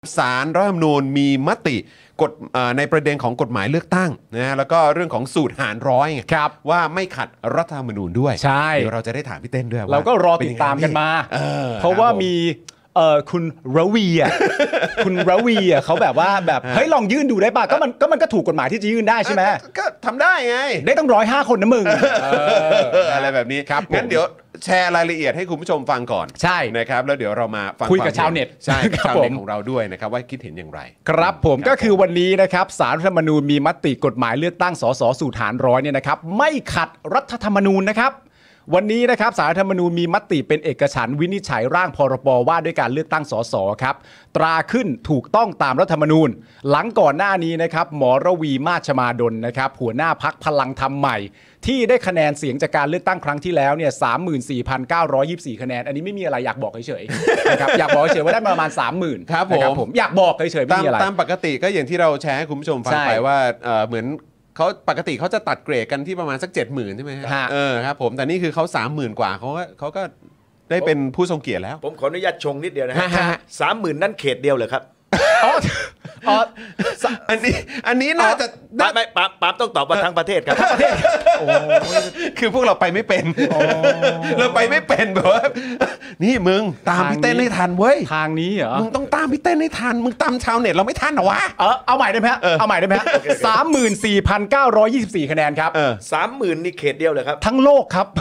ศาลรัฐธรรมนูญมีมติกฎในประเด็นของกฎหมายเลือกตั้งนะแล้วก็เรื่องของสูตรหารร้อยว่าไม่ขัดรัฐธรรมนูญด้วยใช่เดี๋ยวเราจะได้ถามพี่เต้นด้วยเราก็รอติดตามกันมาเพราะว่ามีคุณระวีคุณระวีเขาแบบว่าแบบเฮ้ยลองยื่นดูได้ป่ะก็มันก็ถูกกฎหมายที่จะยื่นได้ใช่ไหมก็ทำได้ไงได้ต้อง105 คนนะมึงอะไรแบบนี้งั้นเดี๋ยวแชร์รายละเอียดให้คุณผู้ชมฟังก่อนใช่นะครับแล้วเดี๋ยวเรามาฟังคุยกับชาวเน็ตใช่ชาวเน็ตของเราด้วยนะครับว่าคิดเห็นอย่างไรครับผมก็คือวันนี้นะครับศาลรัฐธรรมนูญมีมติกฎหมายเลือกตั้งสสสูตรหารร้อยเนี่ยนะครับไม่ขัดรัฐธรรมนูญนะครับวันนี้นะครับศาลรัฐธรรมนูญมีมติเป็นเอกฉันท์วินิจฉัยร่างพรบว่าด้วยการเลือกตั้งสสครับตราขึ้นถูกต้องตามรัฐธรรมนูญหลังก่อนหน้านี้นะครับหมอระวีมาชมาดลนะครับหัวหน้าพรรคพลังธรรมใหม่ที่ได้คะแนนเสียงจากการเลือกตั้งครั้งที่แล้วเนี่ย 34,924 คะแนนอันนี้ไม่มีอะไรอยากบอกเฉยๆนะครับอยากบอกเฉยๆว่าได้ประมาณ 30,000 ครับผมอยากบอกเฉยๆไม่มีอะไรตามปกติก็อย่างที่เราแชร์ให้คุณผู้ชมฟังไปว่าเหมือนเขาปกติเขาจะตัดเกรดกันที่ประมาณสัก 70,000 ใช่ไหมครับผมแต่นี่คือเขา 30,000 กว่าเขาก็ได้เป็นผู้ทรงเกียรติแล้วผมขออนุญาตชงนิดเดียวนะฮะ 30,000 นั่นเขตเดียวเหรอครับอันนี้น่าจะไม่ปาล์มต้องตอบว่าทั้งประเทศครับประเทศคือพวกเราไปไม่เป็นเราไปไม่เป็นแบบว่านี่มึงตามพี่เต้นให้ทันเว้ยทางนี้เหรอมึงต้องตามพี่เต้นให้ทันมึงตามชาวเน็ตเราไม่ทันเหรอวะเอาใหม่ได้ไหมฮะเอาใหม่ได้ไหมฮะ 34,924 คะแนนครับ 30,000 นี่เขตเดียวเลยครับทั้งโลกครับ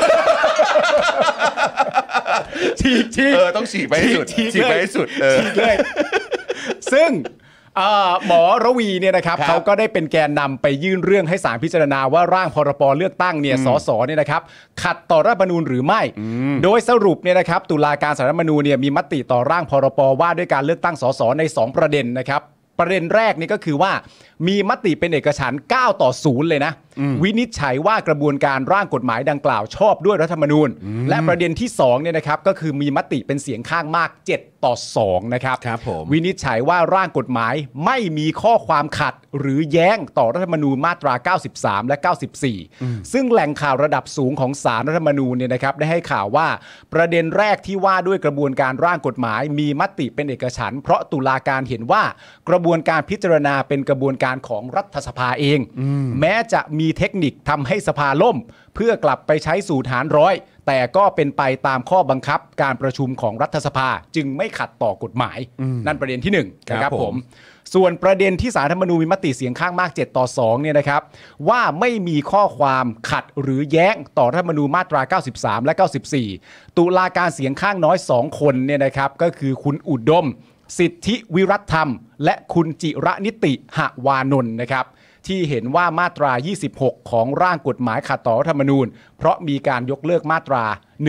ฉีกต้องฉีกไปให้สุดฉีกไปให้สุดฉีกเลยซึ่งหมอระวีเนี่ยนะครับเขาก็ได้เป็นแกนนำไปยื่นเรื่องให้ศาลพิจารณาว่าร่างพรบเลือกตั้งเนี่ยสสเนี่ยนะครับขัดต่อรัฐธรรมนูญหรือไม่โดยสรุปเนี่ยนะครับตุลาการศาลรัฐธรรมนูญเนี่ยมีมติต่อร่างพรบว่าด้วยการเลือกตั้งสสใน2ประเด็นนะครับประเด็นแรกนี่ก็คือว่ามีมติเป็นเอกฉันท์9-0เลยนะวินิจฉัยว่ากระบวนการร่างกฎหมายดังกล่าวชอบด้วยรัฐธรรมนูญและประเด็นที่2เนี่ยนะครับก็คือมีมติเป็นเสียงข้างมาก7-2นะครับวินิจฉัยว่าร่างกฎหมายไม่มีข้อความขัดหรือแย้งต่อรัฐธรรมนูญมาตรา93และ94ซึ่งแหล่งข่าวระดับสูงของศาลรัฐธรรมนูญเนี่ยนะครับได้ให้ข่าวว่าประเด็นแรกที่ว่าด้วยกระบวนการร่างกฎหมายมีมติเป็นเอกฉันท์เพราะตุลาการเห็นว่ากระบวนการพิจารณาเป็นกระบวนการของรัฐสภาเองแม้จะมีเทคนิคทำให้สภาล่มเพื่อกลับไปใช้สูตรหารร้อยแต่ก็เป็นไปตามข้อบังคับการประชุมของรัฐสภาจึงไม่ขัดต่อกฎหมายนั่นประเด็นที่1นะครับผมส่วนประเด็นที่ศาลรัฐธรรมนูญมีมติเสียงข้างมาก7-2เนี่ยนะครับว่าไม่มีข้อความขัดหรือแย้งต่อรัฐธรรมนูญมาตรา93และ94ตุลาการเสียงข้างน้อย2คนเนี่ยนะครับก็คือคุณอุดมสิทธิวิรัตธรรมและคุณจิระนิติหวานนท์นะครับที่เห็นว่ามาตรา26ของร่างกฎหมายขัดต่อรัฐธรรมนูญเพราะมีการยกเลิกมาตรา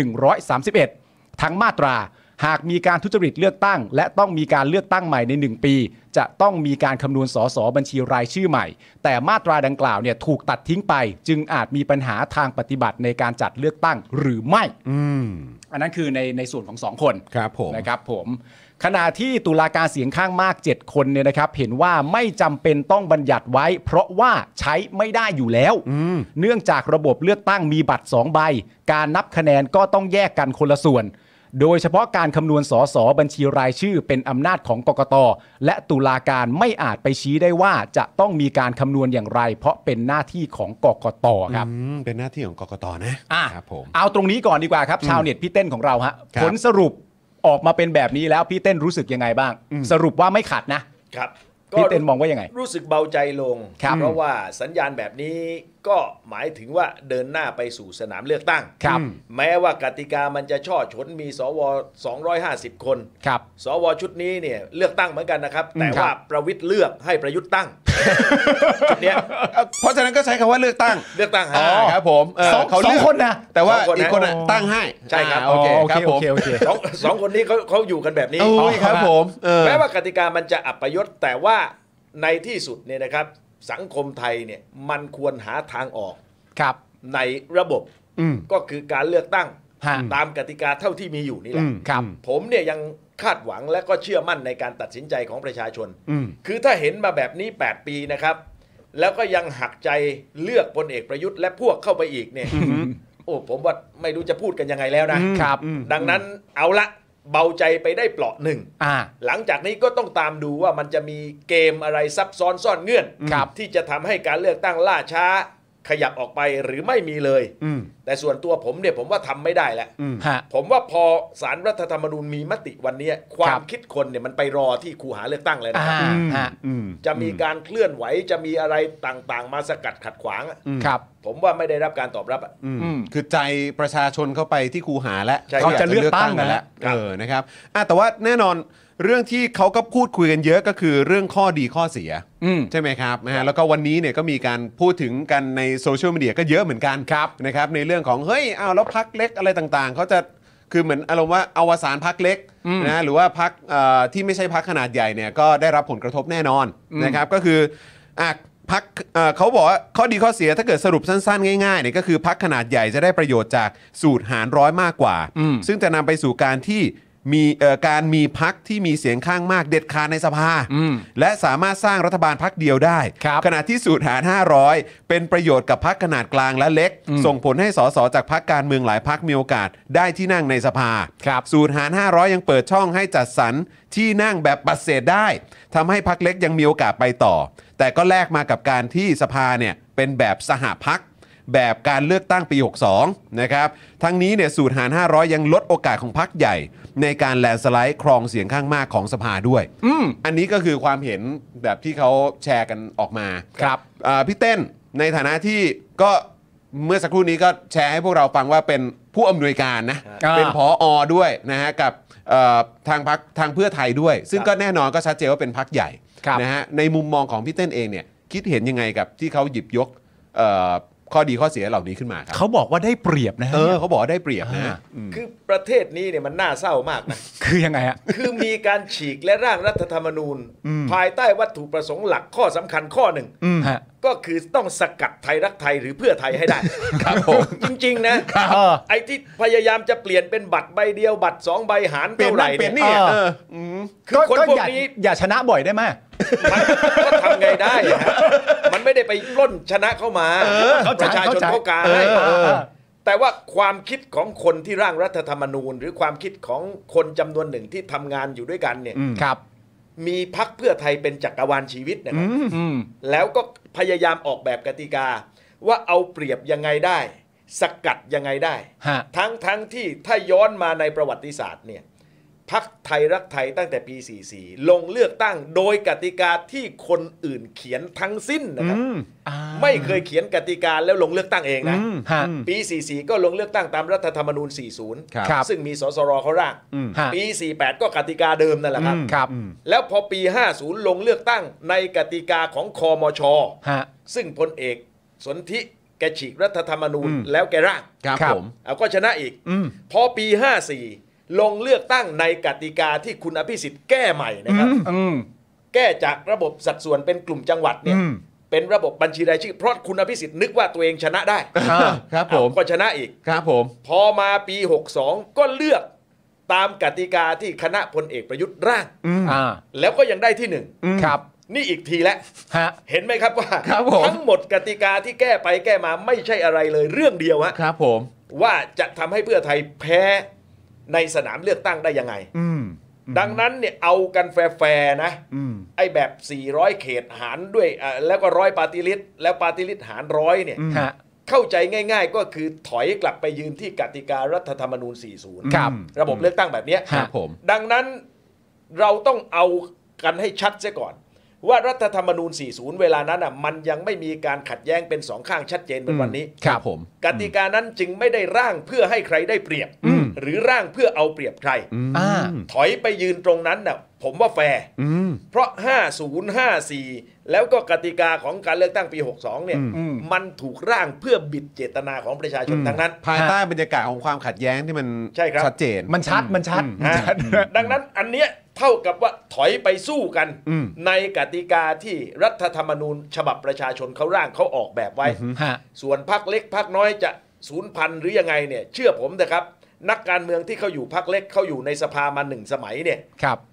131ทั้งมาตราหากมีการทุจริตเลือกตั้งและต้องมีการเลือกตั้งใหม่ใน1ปีจะต้องมีการคำนวณสสบัญชีรายชื่อใหม่แต่มาตราดังกล่าวเนี่ยถูกตัดทิ้งไปจึงอาจมีปัญหาทางปฏิบัติในการจัดเลือกตั้งหรือไม่อันนั้นคือในส่วนของ2คนนะครับผมขณะที่ตุลาการเสียงข้างมาก7คนเนี่ยนะครับเห็นว่าไม่จำเป็นต้องบัญญัติไว้เพราะว่าใช้ไม่ได้อยู่แล้วเนื่องจากระบบเลือกตั้งมีบัตร2ใบการนับคะแนนก็ต้องแยกกันคนละส่วนโดยเฉพาะการคำนวณสสบัญชีรายชื่อเป็นอำนาจของกกต.และตุลาการไม่อาจไปชี้ได้ว่าจะต้องมีการคำนวณอย่างไรเพราะเป็นหน้าที่ของกกต.ครับเป็นหน้าที่ของกกต.นะครับผมเอาตรงนี้ก่อนดีกว่าครับชาวเน็ตพี่เต้นของเราฮะผลสรุปออกมาเป็นแบบนี้แล้วพี่เต้นรู้สึกยังไงบ้างสรุปว่าไม่ขัดนะครับพี่เต้นมองว่ายังไงรู้สึกเบาใจลงเพราะว่าสัญญาณแบบนี้ก็หมายถึงว่าเดินหน้าไปสู่สนามเลือกตั้งแม้ว่ากติกามันจะช่อฉนมีสว250 คนสวชุดนี้เนี่ยเลือกตั้งเหมือนกันนะครับแต่ว่าประวิตรเลือกให้ประยุทธ์ตั้งชุดนี้เพราะฉะนั้นก็ใช้คำว่าเลือกตั้งครับผมเขาเลือก2คนนะแต่ว่าอีกคนตั้งให้ใช่ครับโอเคครับผมสองคนนี้เขาอยู่กันแบบนี้ครับผมแม้ว่ากติกามันจะอัปยศแต่ว่าในที่สุดเนี่ยนะครับสังคมไทยเนี่ยมันควรหาทางออกในระบบก็คือการเลือกตั้งตามกติกาเท่าที่มีอยู่นี่แหละผมเนี่ยยังคาดหวังและก็เชื่อมั่นในการตัดสินใจของประชาชนคือถ้าเห็นมาแบบนี้8ปีนะครับแล้วก็ยังหักใจเลือกพลเอกประยุทธ์และพวกเข้าไปอีกเนี่ยโอ้ผมว่าไม่รู้จะพูดกันยังไงแล้วนะครับดังนั้นเอาละเบาใจไปได้เปราะหนึ่งหลังจากนี้ก็ต้องตามดูว่ามันจะมีเกมอะไรซับซ้อนซ่อนเงื่อนที่จะทำให้การเลือกตั้งล่าช้าขยับออกไปหรือไม่มีเลยแต่ส่วนตัวผมเนี่ยผมว่าทำไม่ได้แล้วผมว่าพอศาลรัฐธรรมนูญมีมติวันนี้ความคิดคนเนี่ยมันไปรอที่คูหาเลือกตั้งเลยนะจะมีการเคลื่อนไหวจะมีอะไรต่างๆมาสกัดขัดขวางผมว่าไม่ได้รับการตอบรับคือใจประชาชนเข้าไปที่คูหาแล้วเขาจะเลือกตั้งกันแล้วนะครับแต่ว่าแน่นอนเรื่องที่เขาก็พูดคุยกันเยอะก็คือเรื่องข้อดีข้อเสียใช่ไหมครับนะฮะแล้วก็วันนี้เนี่ยก็มีการพูดถึงกันในโซเชียลมีเดียก็เยอะเหมือนกันนะครับในเรื่องของเฮ้ยแล้วพรรคเล็กอะไรต่างๆเขาจะคือเหมือนอารมณ์ว่าอวสานพรรคเล็กนะหรือว่าพรรคที่ไม่ใช่พรรคขนาดใหญ่เนี่ยก็ได้รับผลกระทบแน่นอนนะครับก็คือพรรคเขาบอกว่าข้อดีข้อเสียถ้าเกิดสรุปสั้นๆง่ายๆเนี่ยก็คือพรรคขนาดใหญ่จะได้ประโยชน์จากสูตรหารร้อยมากกว่าซึ่งจะนำไปสู่การที่มีการมีพรรคที่มีเสียงข้างมากเด็ดขาดในสภาและสามารถสร้างรัฐบาลพรรคเดียวได้ขณะที่สูตรหาร500เป็นประโยชน์กับพรรคขนาดกลางและเล็กส่งผลให้สสจากพรรคการเมืองหลายพรรคมีโอกาสได้ที่นั่งในสภาสูตรหาร500ยังเปิดช่องให้จัดสรรที่นั่งแบบปัดเศษได้ทำให้พรรคเล็กยังมีโอกาสไปต่อแต่ก็แลกมากับการที่สภาเนี่ยเป็นแบบสหพรรคแบบการเลือกตั้งปี62นะครับทั้งนี้เนี่ยสูตรหาร500ยังลดโอกาสของพรรคใหญ่ในการแลนสไลด์ครองเสียงข้างมากของสภาด้วยอันนี้ก็คือความเห็นแบบที่เขาแชร์กันออกมาครับพี่เต้นในฐานะที่ก็เมื่อสักครู่นี้ก็แชร์ให้พวกเราฟังว่าเป็นผู้อำนวยการนะเป็นผอ.ด้วยนะฮะกับทางพรรคทางเพื่อไทยด้วยซึ่งก็แน่นอนก็ชัดเจนว่าเป็นพรรคใหญ่นะฮะในมุมมองของพี่เต้นเองเนี่ยคิดเห็นยังไงกับที่เขาหยิบยกข้อดีข้อเสียเหล่านี้ขึ้นมาครับเขาบอกว่าได้เปรียบนะเขาบอกว่าได้เปรียบนะคือประเทศนี้เนี่ยมันน่าเศร้ามากนะคือยังไงฮะคือมีการฉีกและร่างรัฐธรรมนูญภายใต้วัตถุประสงค์หลักข้อสำคัญข้อหนึ่งก็คือต้องสกัดไทยรักไทยหรือเพื่อไทยให้ได้ครับผมจริงๆนะไอ้ที่พยายามจะเปลี่ยนเป็นบัตรใบเดียวบัตร2ใบหารเท่าไหร่เนี่ยคือคนพวกนี้อย่าชนะบ่อยได้ไหมก็ทำไงได้มันไม่ได้ไปปล้นชนะเข้ามาประชาชนเขาการให้แต่ว่าความคิดของคนที่ร่างรัฐธรรมนูญหรือความคิดของคนจำนวนหนึ่งที่ทำงานอยู่ด้วยกันเนี่ยมีพรรคเพื่อไทยเป็นจักรวาลชีวิตนะครับแล้วก็พยายามออกแบบกติกาว่าเอาเปรียบยังไงได้สกัดยังไงได้ทั้งที่ถ้าย้อนมาในประวัติศาสตร์เนี่ยพรรคไทยรักไทยตั้งแต่ปี44ลงเลือกตั้งโดยกติกาที่คนอื่นเขียนทั้งสิ้นนะครับไม่เคยเขียนกติกาแล้วลงเลือกตั้งเองนะปี44ก็ลงเลือกตั้งตามรัฐธรรมนูญ40ซึ่งมีสสรเขาร่างปี48ก็กติกาเดิมนั่นแหละครับแล้วพอปี50ลงเลือกตั้งในกติกาของคมช.ซึ่งพลเอกสนธิแกฉีกรัฐธรรมนูญแล้วแกร่างเอาก็ชนะอีกพอปี54ลงเลือกตั้งในกติกาที่คุณอภิสิทธิ์แก้ใหม่นะครับแก้จากระบบสัดส่วนเป็นกลุ่มจังหวัดเนี่ยเป็นระบบบัญชีรายชื่อเพราะคุณอภิสิทธิ์นึกว่าตัวเองชนะได้ครับผมก็ชนะอีกครับผมพอมาปี62ก็เลือกตามกติกาที่คณะพลเอกประยุทธ์ร่างแล้วก็ยังได้ที่1ครับนี่อีกทีแล้วเห็นไหมครับว่าทั้งหมดกติกาที่แก้ไปแก้มาไม่ใช่อะไรเลยเรื่องเดียวครับผมว่าจะทำให้เพื่อไทยแพ้ในสนามเลือกตั้งได้ยังไงดังนั้นเนี่ยเอากันแฟร์นะไอ้แบบ400เขตหารด้วยแล้วก็100ปาร์ตี้ลิสต์แล้วปาร์ตี้ลิสต์หาร100เนี่ยเข้าใจง่ายๆก็คือถอยกลับไปยืนที่กติการัฐธรรมนูญ40 ครับระบบเลือกตั้งแบบนี้ดังนั้นเราต้องเอากันให้ชัดเสียก่อนว่ารัฐธรรมนูญ40เวลานั้นอ่ะมันยังไม่มีการขัดแย้งเป็น2ข้างชัดเจนเหมือนวันนี้ครับผมกติกานั้นจึงไม่ได้ร่างเพื่อให้ใครได้เปรียบหรือร่างเพื่อเอาเปรียบใครถอยไปยืนตรงนั้นน่ะผมว่าแฟร์เพราะ5054แล้วก็กติกาของการเลือกตั้งปี62เนี่ยมันถูกร่างเพื่อบิดเจตนาของประชาชนทั้งนั้นภายใต้บรรยากาศของความขัดแย้งที่มันชัดเจนมันชัดดังนั้นอันเนี้ยเท่ากับว่าถอยไปสู้กันในกติกาที่รัฐธรรมนูญฉบับประชาชนเขาร่างเขาออกแบบไว้ส่วนพรรคเล็กพรรคน้อยจะสูญพันธุ์หรือยังไงเนี่ยเชื่อผมนะครับนักการเมืองที่เขาอยู่พรรคเล็กเขาอยู่ในสภามา1สมัยเนี่ย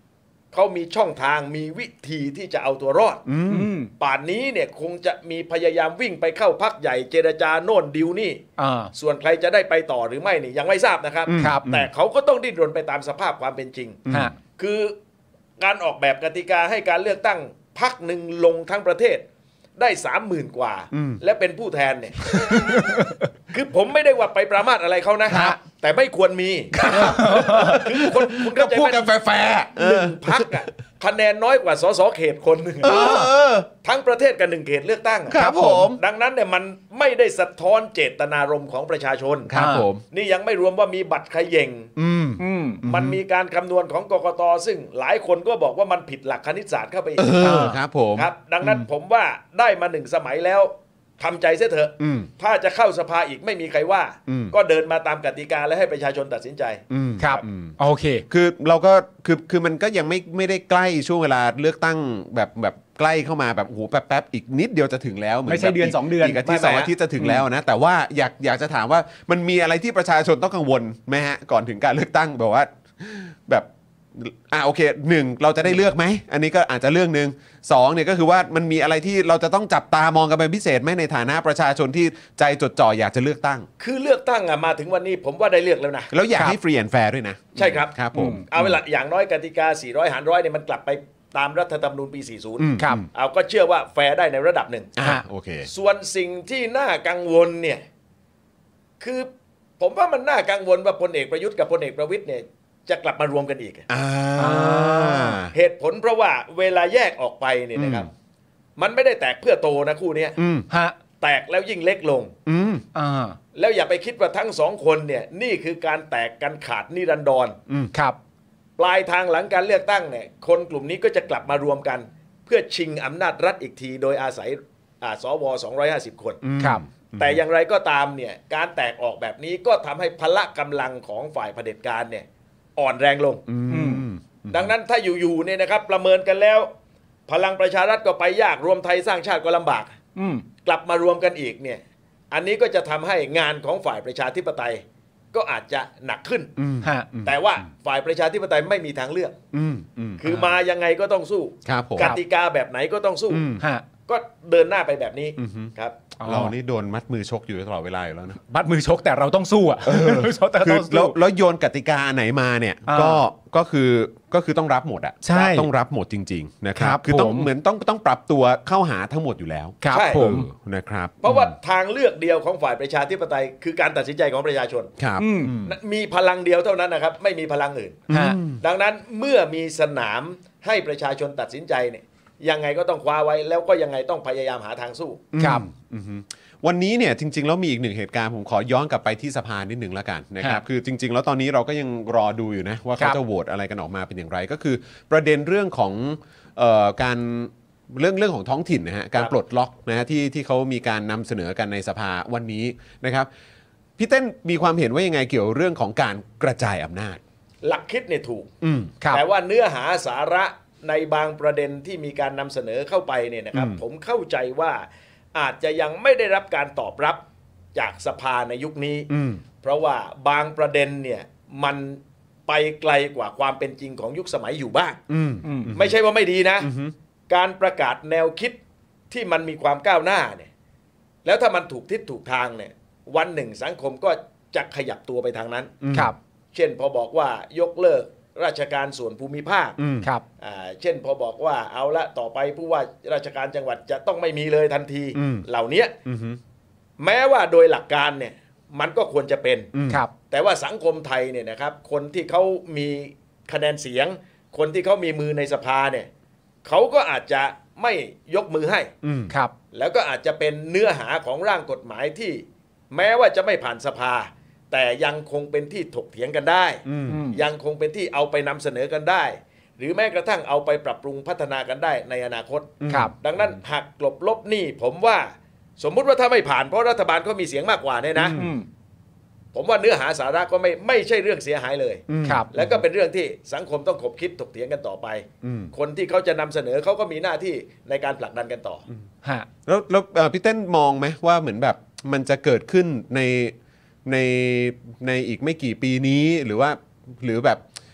เขามีช่องทางมีวิธีที่จะเอาตัวรอดป่านนี้เนี่ยคงจะมีพยายามวิ่งไปเข้าพักใหญ่เจรจาโน่นดิวนี่ส่วนใครจะได้ไปต่อหรือไม่นี่ยังไม่ทราบนะครับแต่เขาก็ต้องดิ้นรนไปตามสภาพความเป็นจริงคือการออกแบบกติกาให้การเลือกตั้งพรรคหนึ่งลงทั้งประเทศได้ 30,000 กว่าและเป็นผู้แทนเนี่ย คือผมไม่ได้ว่าไปประมาทอะไรเขานะแต่ไม่ควรมีคือคนคุณเข้าใจไหมพูดกันแฟร์หนึ่งพรรคอะคะแนนน้อยกว่าสสเขตคนหนึ่งทั้งประเทศกัน1 เขตเลือกตั้งครับผมดังนั้นเนี่ยมันไม่ได้สะท้อนเจตนารมณ์ของประชาชนครับผมนี่ยังไม่รวมว่ามีบัตรเขย่งมันมีการคำนวณของกกตซึ่งหลายคนก็บอกว่ามันผิดหลักคณิตศาสตร์เข้าไปอีกครับผมครับดังนั้นผมว่าได้มา1 สมัยแล้วทำใจเสียเถอะถ้าจะเข้าสภาอีกไม่มีใครว่า ก็เดินมาตามกติกาและให้ประชาชนตัดสินใจครับโอเคคือเราก็คือมันก็ยังไม่ได้ใกล้ช่วงเวลาเลือกตั้งแบบใกล้เข้ามาแบบโอ้โหแป๊บๆอีกนิดเดียวจะถึงแล้วไม่ใช่เดือน2 เดือนอีกอาทิตย์2 อาทิตย์จะถึงแล้วนะแต่ว่าอยากจะถามว่ามันมีอะไรที่ประชาชนต้องกังวลไหมฮะก่อนถึงการเลือกตั้งแบบว่าแบบโอเค1เราจะได้เลือกไหมอันนี้ก็อาจจะเรื่องนึง2เนี่ยก็คือว่ามันมีอะไรที่เราจะต้องจับตามองกันเป็นพิเศษไหมในฐานะประชาชนที่ใจจดจ่ออยากจะเลือกตั้งคือเลือกตั้งมาถึงวันนี้ผมว่าได้เลือกแล้วนะแล้วอยากให้ฟรีแอนด์แฟร์ด้วยนะใช่ครับครับผมเอาเวลาอย่างน้อยกติกา400 หาร 100เนี่ยมันกลับไปตามรัฐธรรมนูญปี 40 ครับเอาก็เชื่อว่าแฟร์ได้ในระดับหนึ่งโอเคส่วนสิ่งที่น่ากังวลเนี่ยคือผมว่ามันน่ากังวลว่าพลเอกประยุทธ์กับพลเอกประวิตรเนี่ยจะกลับมารวมกันอีกเหตุผลเพราะว่าเวลาแยกออกไปเนี่ยนะครับมันไม่ได้แตกเพื่อโตนะคู่นี้แตกแล้วยิ่งเล็กลงแล้วอย่าไปคิดว่าทั้ง2 คนเนี่ยนี่คือการแตกกันขาดนิรันดรครับปลายทางหลังการเลือกตั้งเนี่ยคนกลุ่มนี้ก็จะกลับมารวมกันเพื่อชิงอำนาจรัฐอีกทีโดยอาศัยสว250 คนครับแต่อย่างไรก็ตามเนี่ยการแตกออกแบบนี้ก็ทำให้พละกำลังของฝ่ายเผด็จการเนี่ยอ่อนแรงลงดังนั้นถ้าอยู่ๆเนี่ยนะครับประเมินกันแล้วพลังประชารัฐก็ไปยากรวมไทยสร้างชาติก็ลำบากกลับมารวมกันอีกเนี่ยอันนี้ก็จะทำให้งานของฝ่ายประชาธิปไตยก็อาจจะหนักขึ้นแต่ว่าฝ่ายประชาธิปไตยไม่มีทางเลือกคือมายังไงก็ต้องสู้กติกาแบบไหนก็ต้องสู้ก็เดินหน้าไปแบบนี้ครับเรานี่โดนมัดมือชกอยู่ตลอดเวลาอยู่แล้วนะมัดมือชกแต่เราต้องสู้อ่ะคือแล้วโยนกติกาไหนมาเนี่ยก็คือต้องรับหมดอ่ะต้องรับหมดจริงๆนะครับคือต้องปรับตัวเข้าหาทั้งหมดอยู่แล้วครับผมนะครับเพราะว่าทางเลือกเดียวของฝ่ายประชาธิปไตยคือการตัดสินใจของประชาชนครับมีพลังเดียวเท่านั้นนะครับไม่มีพลังอื่นดังนั้นเมื่อมีสนามให้ประชาชนตัดสินใจเนี่ยยังไงก็ต้องคว้าไว้แล้วก็ยังไงต้องพยายามหาทางสู้ครับวันนี้เนี่ยจริงๆแล้วมีอีกหนึ่งเหตุการณ์ผมขอย้อนกลับไปที่สภานิดหนึ่งแล้วกันนะครับคือจริงๆแล้วตอนนี้เราก็ยังรอดูอยู่นะว่าเขาจะโหวตอะไรกันออกมาเป็นอย่างไรก็คือประเด็นเรื่องของการเรื่องของท้องถิ่นนะฮะการปลดล็อกนะฮะที่เขามีการนำเสนอกันในสภาวันนี้นะครับพี่เต้นมีความเห็นว่ายังไงเกี่ยวเรื่องของการกระจายอำนาจหลักคิดเนี่ยถูกแต่ว่าเนื้อหาสาระในบางประเด็นที่มีการนำเสนอเข้าไปเนี่ยนะครับผมเข้าใจว่าอาจจะยังไม่ได้รับการตอบรับจากสภาในยุคนี้เพราะว่าบางประเด็นเนี่ยมันไปไกลกว่าความเป็นจริงของยุคสมัยอยู่บ้างไม่ใช่ว่าไม่ดีนะการประกาศแนวคิดที่มันมีความก้าวหน้าเนี่ยแล้วถ้ามันถูกทิศถูกทางเนี่ยวันหนึ่งสังคมก็จะขยับตัวไปทางนั้นครับเช่นพอบอกว่ายกเลิกราชการส่วนภูมิภาคครับเช่นพอบอกว่าเอาละต่อไปผู้ว่าราชการจังหวัดจะต้องไม่มีเลยทันทีเหล่านี้แม้ว่าโดยหลักการเนี่ยมันก็ควรจะเป็นแต่ว่าสังคมไทยเนี่ยนะครับคนที่เขามีคะแนนเสียงคนที่เขามีมือในสภาเนี่ยเขาก็อาจจะไม่ยกมือให้ครับแล้วก็อาจจะเป็นเนื้อหาของร่างกฎหมายที่แม้ว่าจะไม่ผ่านสภาแต่ยังคงเป็นที่ถกเถียงกันได้ยังคงเป็นที่เอาไปนำเสนอกันได้หรือแม้กระทั่งเอาไปปรับปรุงพัฒนากันได้ในอนาคตดังนั้นหักกลบลบหนี้ผมว่าสมมุติว่าถ้าไม่ผ่านเพราะรัฐบาลเขามีเสียงมากกว่าเนี่ยนะผมว่าเนื้อหาสาระก็ไม่ใช่เรื่องเสียหายเลยแล้วก็เป็นเรื่องที่สังคมต้องขบคิดถกเถียงกันต่อไปคนที่เขาจะนำเสนอเขาก็มีหน้าที่ในการผลักดันกันต่อแล้วพี่เต้นมองไหมว่าเหมือนแบบมันจะเกิดขึ้นในอีกไม่กี่ปีนี้หรือแบบ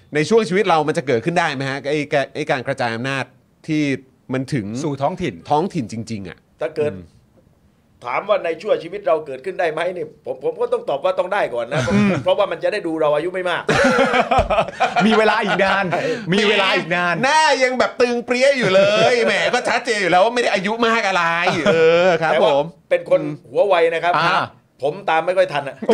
ในช่วงชีวิตเรามันจะเกิดขึ้นได้ไหมฮะไอ้การกระจายอำนาจที่มันถึงสู่ท้องถิ่นท้องถิ่นจริงๆอ่ะถ้าเกิดถามว่าในช่วงชีวิตเราเกิดขึ้นได้ไหมนี่ผมก็ต้องตอบว่าต้องได้ก่อนนะเพราะว่ามันจะได้ดูเราอายุไม่มากมีเวลาอีกนาน มีเวลาอีกนานหน้ายังแบบตึงเปรี้ยอยู่เลย แหมก็ชัดเจนอยู่แล้วว่าไม่ได้อายุมากอะไรครับแต่ผว่าม เป็นคนหัวไวนะครับ ผมตามไม่ค่อยทันอ่ะ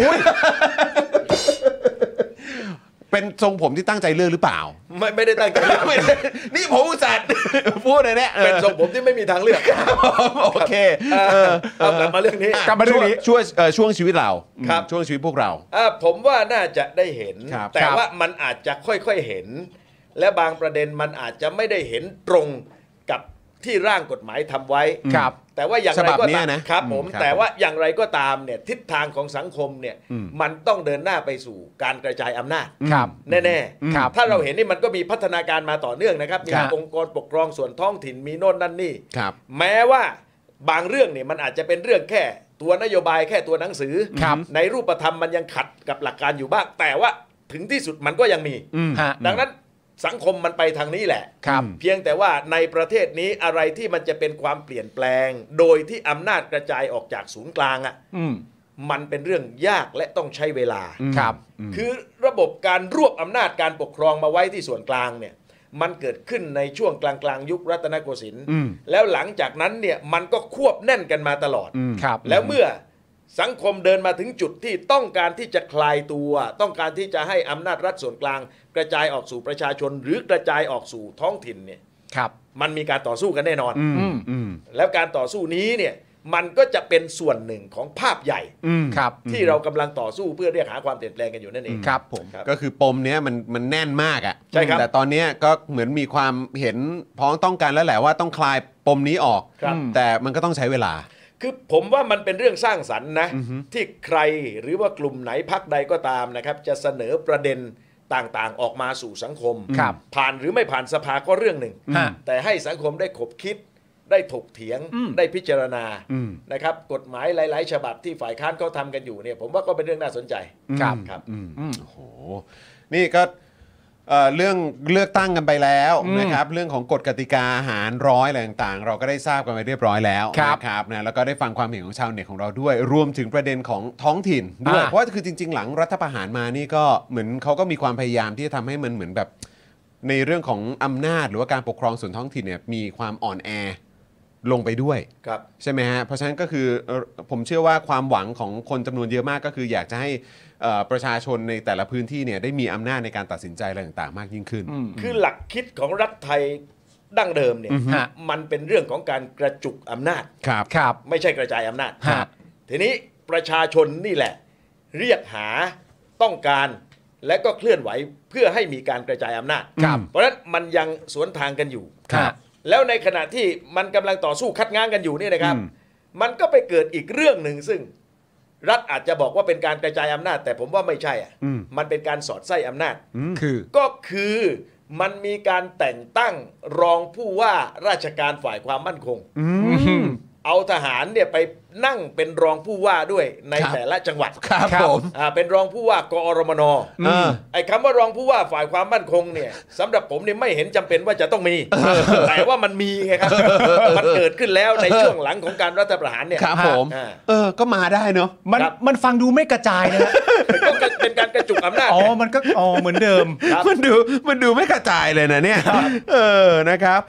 เป็นทรงผมที่ตั้งใจเลือกหรือเปล่าไม่ได้ตั้งใจเลือกไม่ได้นี่ผมอุตส่าห์พูดเลยเนี่ยเป็นทรงผมที่ไม่มีทางเลือกโอเคเอากลับมาเรื่องนี้กลับมาเรื่องนี้ช่วงชีวิตเราครับช่วงชีวิตพวกเราผมว่าน่าจะได้เห็นครับแต่ว่ามันอาจจะค่อยๆเห็น และบางประเด็นมันอาจจะไม่ได้เห็นตรงกับที่ร่างกฎหมายทำไว้ครับแต่ว่าอย่างไรก็ฉบับเนี้ตาย มนะครับผมครับแต่ว่าอย่างไรก็ตามเนี่ยทิศทางของสังคมเนี่ยมันต้องเดินหน้าไปสู่การกระจายอำนาจครับแน่ครับถ้าเราเห็นนี่มันก็มีพัฒนาการมาต่อเนื่องนะครับมีครับองค์กรปกครองส่วนท้องถิ่นมีโน่นนั่นนี่ครับแม้ว่าบางเรื่องเนี่ยมันอาจจะเป็นเรื่องแค่ตัวนโยบายแค่ตัวหนังสือครับในรูปธรรมมันยังขัดกับหลักการอยู่บ้าง แต่ว่าถึงที่สุดมันก็ยังมีฮะดังนั้นสังคมมันไปทางนี้แหละครับเพียงแต่ว่าในประเทศนี้อะไรที่มันจะเป็นความเปลี่ยนแปลง โดยที่อำนาจกระจายออกจากศูนย์กลางอ่ะอืมมันเป็นเรื่องยากและต้องใช้เวลาครับคือระบบการรวบอำนาจการปกครองมาไว้ที่ส่วนกลางเนี่ยมันเกิดขึ้นในช่วงกลางยุครัตนโกสินทร์แล้วหลังจากนั้นเนี่ยมันก็ควบแน่นกันมาตลอดครับแล้วเมื่อสังคมเดินมาถึงจุดที่ต้องการที่จะคลายตัว ต้องการที่จะให้อำนาจรัฐส่วนกลาง กระจายออกสู่ประชาชน หรือกระจายออกสู่ท้องถิ่นเนี่ยครับมันมีการต่อสู้กันแน่นอนอืมแล้วการต่อสู้นี้เนี่ยมันก็จะเป็นส่วนหนึ่งของภาพใหญ่ครับที่เรากำลังต่อสู้เพื่อเรียกหาความเปลี่ยนแปลงกันอยู่นั่นเองครับผมครับก็คือปมเนี้ยมันแน่นมากอ่ะใช่ครับแต่ตอนเนี้ยก็เหมือนมีความเห็นพ้องต้องกันแล้วแหละว่าต้องคลายปมนี้ออกครับแต่มันก็ต้องใช้เวลาคือผมว่ามันเป็นเรื่องสร้างสรรค์นะที่ใครหรือว่ากลุ่มไหนพรรคใดก็ตามนะครับจะเสนอประเด็นต่างๆ ออกมาสู่สังคมครับผ่านหรือไม่ผ่านสภาก็เรื่องหนึ่งฮะแต่ให้สังคมได้ขบคิดได้ถกเถียงได้พิจารณานะครับกฎหมายหลายๆ ฉบับที่ฝ่ายค้านเขาทำกันอยู่เนี่ยผมว่าก็เป็นเรื่องน่าสนใจครับครับโอ้โห นี่ก็เรื่องเลือกตั้งกันไปแล้วนะครับ เรื่องของกฎกติกาหารร้อยอะไรต่างๆ เราก็ได้ทราบกันไปเรียบร้อยแล้วครับนะครับนะแล้วก็ได้ฟังความเห็นของชาวเน็ตของเราด้วย รวมถึงประเด็นของท้องถิ่นด้วย เพราะว่าคือจริง ๆ หลังรัฐประหารมานี่ก็เหมือนเขาก็มีความพยายามที่จะทำให้มันเหมือนแบบในเรื่องของอำนาจหรือว่าการปกครองส่วนท้องถิ่นเนี่ยมีความอ่อนแอลงไปด้วยครับใช่ไหมฮะ เพราะฉะนั้นก็คือผมเชื่อว่าความหวังของคนจำนวนเยอะมากก็คืออยากจะให้ประชาชนในแต่ละพื้นที่เนี่ยได้มีอำนาจในการตัดสินใจอะไรต่างๆ มากยิ่งขึ้นคือหลักคิดของรัฐไทยดั้งเดิมเนี่ยฮะมันเป็นเรื่องของการกระจุกอำนาจครับครับไม่ใช่กระจายอำนาจฮะทีนี้ประชาชนนี่แหละ เรียกหาต้องการและก็เคลื่อนไหวเพื่อให้มีการกระจายอำนาจครับเพราะฉะนั้นมันยังสวนทางกันอยู่ครับแล้วในขณะที่มันกำลังต่อสู้คัดง้างกันอยู่นี่นะครับ มันก็ไปเกิดอีกเรื่องหนึ่งซึ่ง รัฐอาจจะบอกว่าเป็นการกระจายอำนาจ แต่ผมว่าไม่ใช่อ่ะมันเป็นการสอดไส้อำนาจคือก็คือมันมีการแต่งตั้งรองผู้ว่าราชการฝ่ายความมั่นคง เอาทหารเนี่ยไปนั่งเป็นรองผู้ว่าด้วยในครับแต่ละจังหวัดครับผมเป็นรองผู้ว่ากอรมนไอ้คำว่ารองผู้ว่าฝ่ายความมั่นคงเนี่ยสำหรับผมเนี่ยไม่เห็นจำเป็นว่าจะต้องมี แต่ว่ามันมีไงครับ มันเกิดขึ้นแล้วในช่วงหลังของการรัฐประหารเนี่ยครับผมอ่าก็มาได้เนอะมันครับมันฟังดูไม่กระจายนะฮะก็เป็นการกระจุกอำนาจอ๋อ มันก็ อ๋อ เหมือนเดิมครับมันดูไม่กระจายเลยนะเนี่ยนะครับ